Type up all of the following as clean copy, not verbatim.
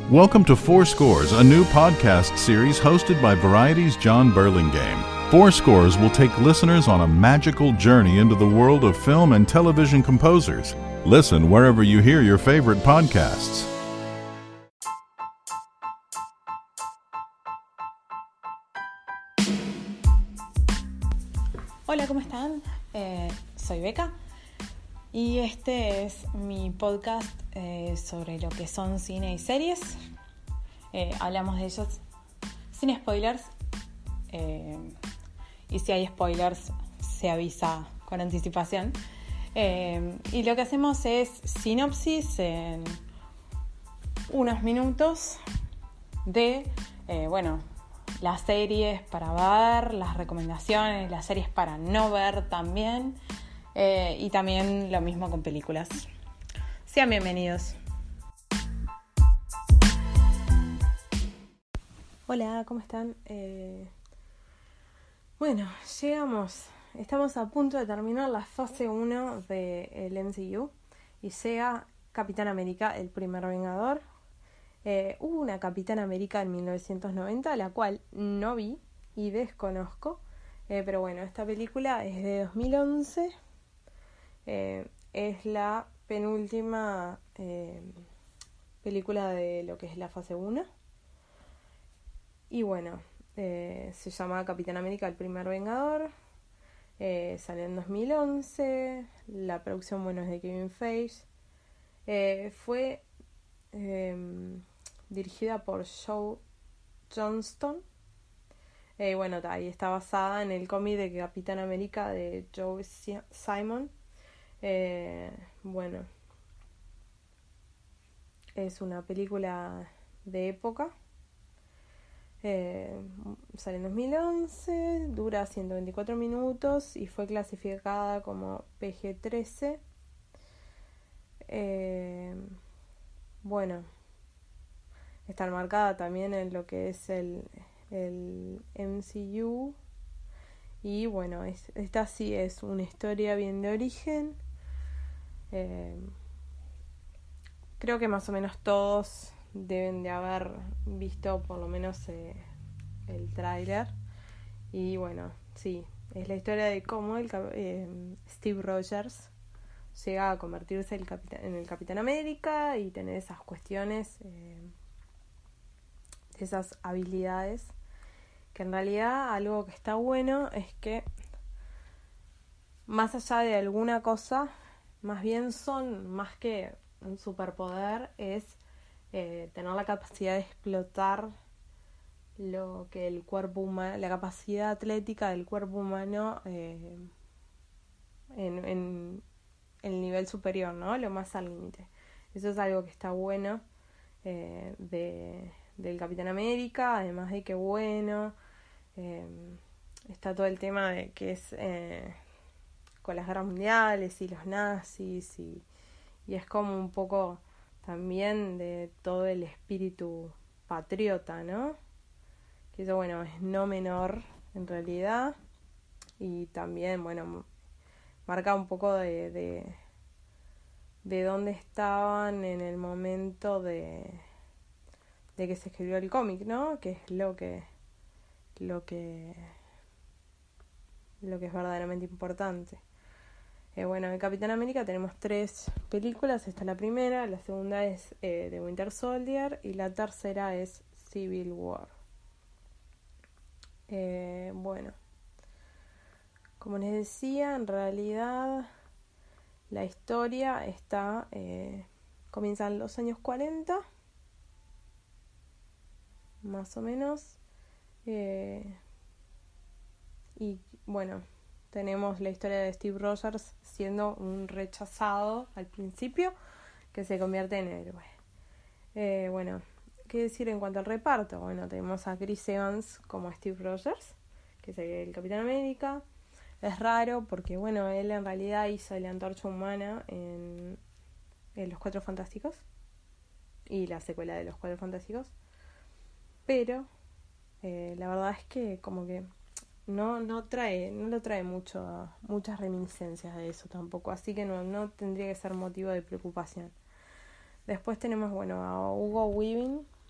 Welcome to Four Scores, a new podcast series hosted by Variety's John Burlingame. Four Scores will take listeners on a magical journey into the world of film and television composers. Listen wherever you hear your favorite podcasts. Hola, ¿cómo están? Soy Beca y este es mi podcast sobre lo que son cine y series. Hablamos de ellos sin spoilers y si hay spoilers se avisa con anticipación. Y lo que hacemos es sinopsis en unos minutos de, las series para ver, las recomendaciones, las series para no ver también, y también lo mismo con películas. Sean bienvenidos. Hola, ¿cómo están? Estamos a punto de terminar la fase 1 del MCU y sea Capitán América, el primer Vengador. Hubo una Capitán América en 1990, la cual no vi y desconozco, pero bueno, esta película es de 2011, es la penúltima película de lo que es la fase 1 y bueno, se llama Capitán América, el primer Vengador, salió en 2011, la producción es de Kevin Feige, fue dirigida por Joe Johnston. Ahí está basada en el cómic de Capitán América de Joe Simon. Es una película de época. Sale en 2011, dura 124 minutos y fue clasificada como PG-13. Está enmarcada también en lo que es el MCU. Y esta sí es una historia bien de origen. Creo que más o menos todos deben de haber visto por lo menos el tráiler. Y sí, es la historia de cómo Steve Rogers llega a convertirse en el Capitán América y tener esas cuestiones, esas habilidades, que en realidad algo que está bueno es que más allá de alguna cosa, más bien son más que un superpoder, es tener la capacidad de explotar lo que el cuerpo humano, la capacidad atlética del cuerpo humano en el nivel superior, ¿no? Lo más al límite. Eso es algo que está bueno del Capitán América, además de que está todo el tema de que es con las guerras mundiales y los nazis y es como un poco también de todo el espíritu patriota, ¿no? Que eso es no menor en realidad y también marca un poco de dónde estaban en el momento de que se escribió el cómic, ¿no? Que es lo que es verdaderamente importante. En Capitán América tenemos 3 películas. Esta es la primera, la segunda es The Winter Soldier y la tercera es Civil War. Como les decía, en realidad la historia comienza en los años 40, más o menos, tenemos la historia de Steve Rogers siendo un rechazado al principio que se convierte en héroe. ¿Qué decir en cuanto al reparto? Tenemos a Chris Evans como Steve Rogers, que es el Capitán América. Es raro porque, él en realidad hizo la Antorcha Humana en Los Cuatro Fantásticos y la secuela de Los Cuatro Fantásticos. Pero la verdad es que como que no lo trae muchas reminiscencias de eso tampoco, así que no tendría que ser motivo de preocupación. Después tenemos a Hugo Weaving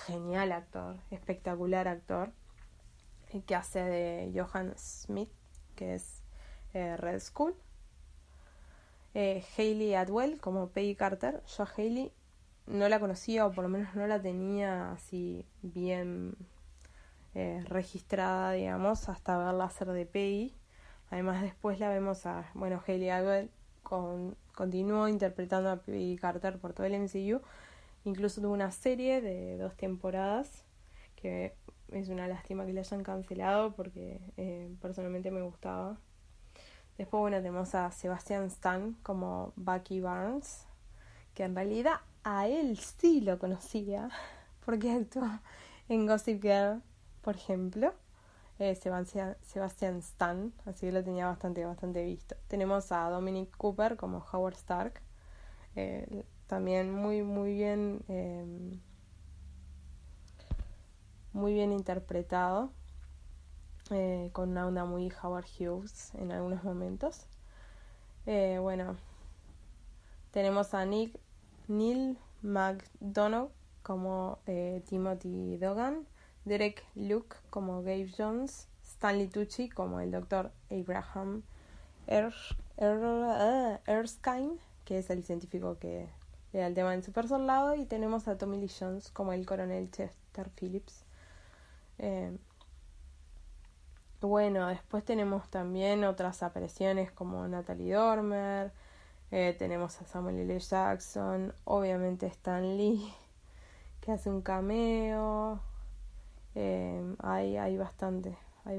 genial actor, espectacular actor, que hace de Johan Smith, que es Red Skull. Hayley Atwell como Peggy Carter. Yo a Hayley no la conocía, o por lo menos no la tenía así bien registrada, digamos, hasta verla hacer de Peggy. Además después la vemos a, Hayley Atwell continuó interpretando a Peggy Carter por todo el MCU. Incluso tuvo una serie de 2 temporadas, que es una lástima que la hayan cancelado porque personalmente me gustaba. Después, tenemos a Sebastian Stan como Bucky Barnes, que en realidad a él sí lo conocía, porque actuó en Gossip Girl, por ejemplo. Sebastian Stan, así que lo tenía bastante visto. Tenemos a Dominic Cooper como Howard Stark, también muy bien interpretado, con una onda muy Howard Hughes en algunos momentos. Tenemos a Neil McDonough como Timothy Dogan, Derek Luke como Gabe Jones, Stanley Tucci como el Dr. Abraham Erskine, que es el científico que le da el tema del super soldado, y tenemos a Tommy Lee Jones como el coronel Chester Phillips. Después tenemos también otras apariciones como Natalie Dormer, tenemos a Samuel L. Jackson, obviamente Stan Lee, que hace un cameo. Hay bastante.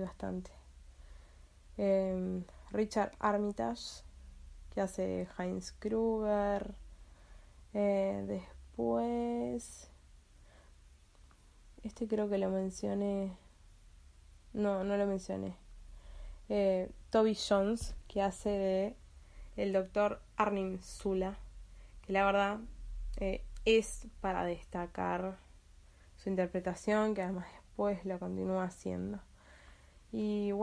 Richard Armitage, que hace Heinz Kruger. Después, creo que lo mencioné. No lo mencioné. Toby Jones, que hace de el doctor Arnim Zola, que la verdad es para destacar su interpretación, que además después lo continúa haciendo. Y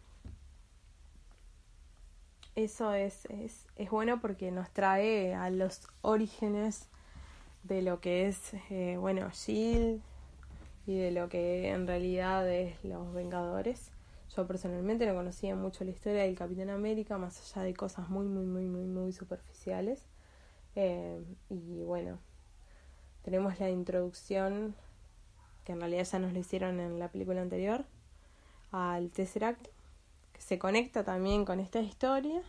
eso es bueno porque nos trae a los orígenes de lo que es S.H.I.E.L.D. y de lo que en realidad es los Vengadores. Yo personalmente no conocía mucho la historia del Capitán América, más allá de cosas muy superficiales. Tenemos la introducción, que en realidad ya nos lo hicieron en la película anterior, al Tesseract, que se conecta también con esta historia.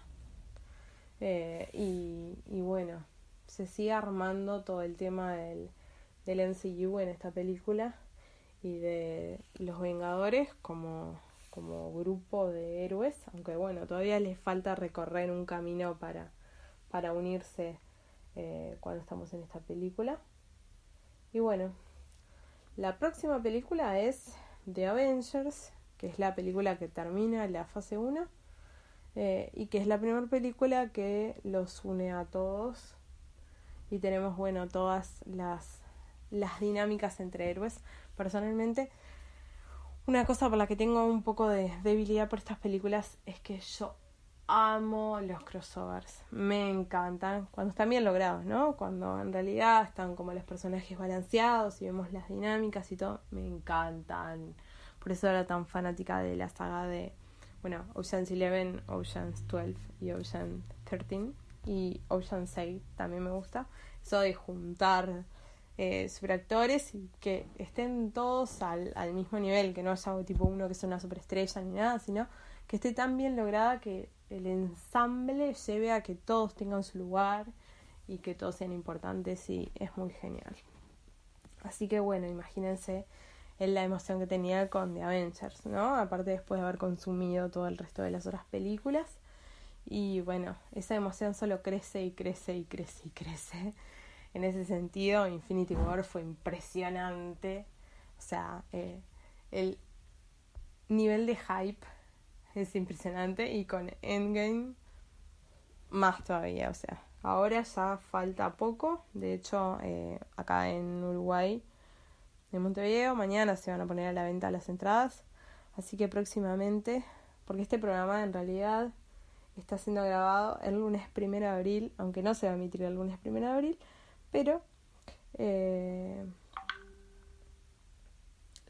Se sigue armando todo el tema del MCU en esta película, y de los Vengadores como grupo de héroes, aunque todavía les falta recorrer un camino para unirse cuando estamos en esta película. Y la próxima película es The Avengers, que es la película que termina la fase 1, y que es la primera película que los une a todos, y tenemos todas las dinámicas entre héroes. Personalmente, una cosa por la que tengo un poco de debilidad por estas películas es que yo amo los crossovers, me encantan cuando están bien logrados, ¿no? Cuando en realidad están como los personajes balanceados y vemos las dinámicas y todo, me encantan. Por eso era tan fanática de la saga de Ocean's 11, Ocean's 12 y Ocean's 13, y Ocean's 8 también me gusta. Eso de juntar superactores y que estén todos al mismo nivel, que no haya tipo uno que sea una superestrella ni nada, sino que esté tan bien lograda que el ensamble lleve a que todos tengan su lugar y que todos sean importantes, y es muy genial. Así que imagínense la emoción que tenía con The Avengers, ¿no? Aparte, después de haber consumido todo el resto de las otras películas, y esa emoción solo crece. En ese sentido, Infinity War fue impresionante. O sea, el nivel de hype es impresionante, y con Endgame más todavía. O sea, ahora ya falta poco. De hecho, acá en Uruguay, en Montevideo, mañana se van a poner a la venta las entradas. Así que próximamente, porque este programa en realidad está siendo grabado el lunes 1 de abril, aunque no se va a emitir el lunes 1 de abril, pero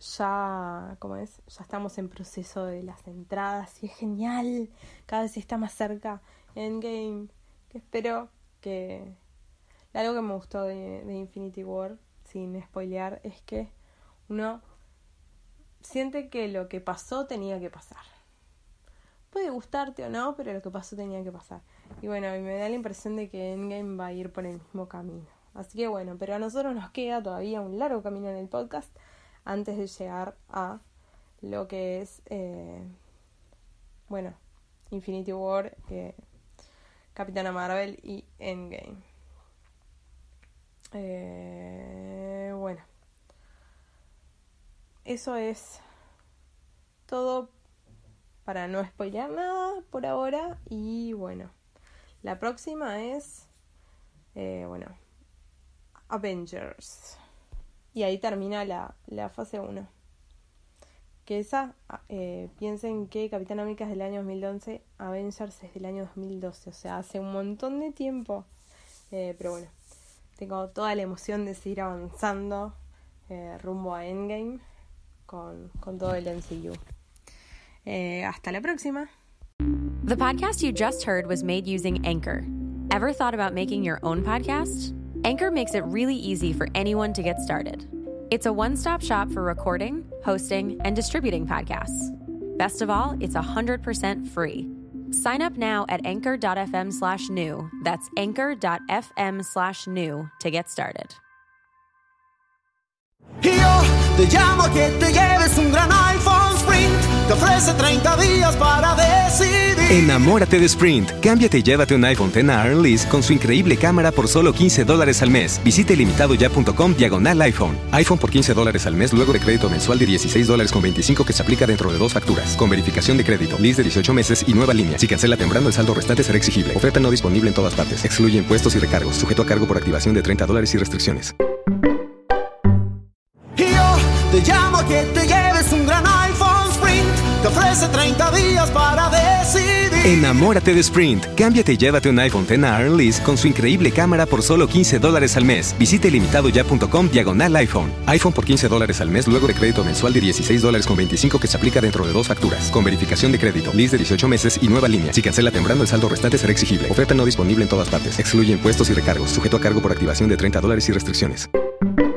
ya, ya estamos en proceso de las entradas y es genial, cada vez está más cerca Endgame, que espero que... Algo que me gustó de Infinity War, sin spoilear, es que uno siente que lo que pasó tenía que pasar. Puede gustarte o no, pero lo que pasó tenía que pasar. Y bueno, me da la impresión de que Endgame va a ir por el mismo camino. Así que bueno, pero a nosotros nos queda todavía un largo camino en el podcast antes de llegar a lo que es, Infinity War, Capitana Marvel y Endgame. Eso es todo para no spoilear nada por ahora. Y bueno, la próxima es Avengers, y ahí termina la fase 1, que esa piensen que Capitán América es del año 2011, Avengers es del año 2012, o sea, hace un montón de tiempo, pero bueno, tengo toda la emoción de seguir avanzando rumbo a Endgame con todo el MCU. Hasta la próxima. The podcast you just heard was made using Anchor. Ever thought about making your own podcast? Anchor makes it really easy for anyone to get started. It's a one-stop shop for recording, hosting, and distributing podcasts. Best of all, it's 100% free. Sign up now at anchor.fm/new. That's anchor.fm/new to get started. Yo te llamo a que te lleves un gran iPhone Sprint. Te ofrece 30 días para decidir. Enamórate de Sprint. Cámbiate y llévate un iPhone X a Earn Lease con su increíble cámara por solo $15 al mes. Visite limitado.com/iPhone. iPhone por $15 al mes luego de crédito mensual de $16.25 que se aplica dentro de 2 facturas. Con verificación de crédito, lease de 18 meses y nueva línea. Si cancela temprano, el saldo restante será exigible. Oferta no disponible en todas partes. Excluye impuestos y recargos. Sujeto a cargo por activación de $30 y restricciones. Te llamo a que te lleves un gran iPhone Sprint. Te ofrece 30 días para decidir. Enamórate de Sprint. Cámbiate y llévate un iPhone X a Earn Lease con su increíble cámara por solo $15 al mes. Visite limitado.com/iPhone. iPhone por $15 al mes luego de crédito mensual de $16.25 que se aplica dentro de 2 facturas. Con verificación de crédito, lease de 18 meses y nueva línea. Si cancela temprano, el saldo restante será exigible. Oferta no disponible en todas partes. Excluye impuestos y recargos. Sujeto a cargo por activación de $30 y restricciones.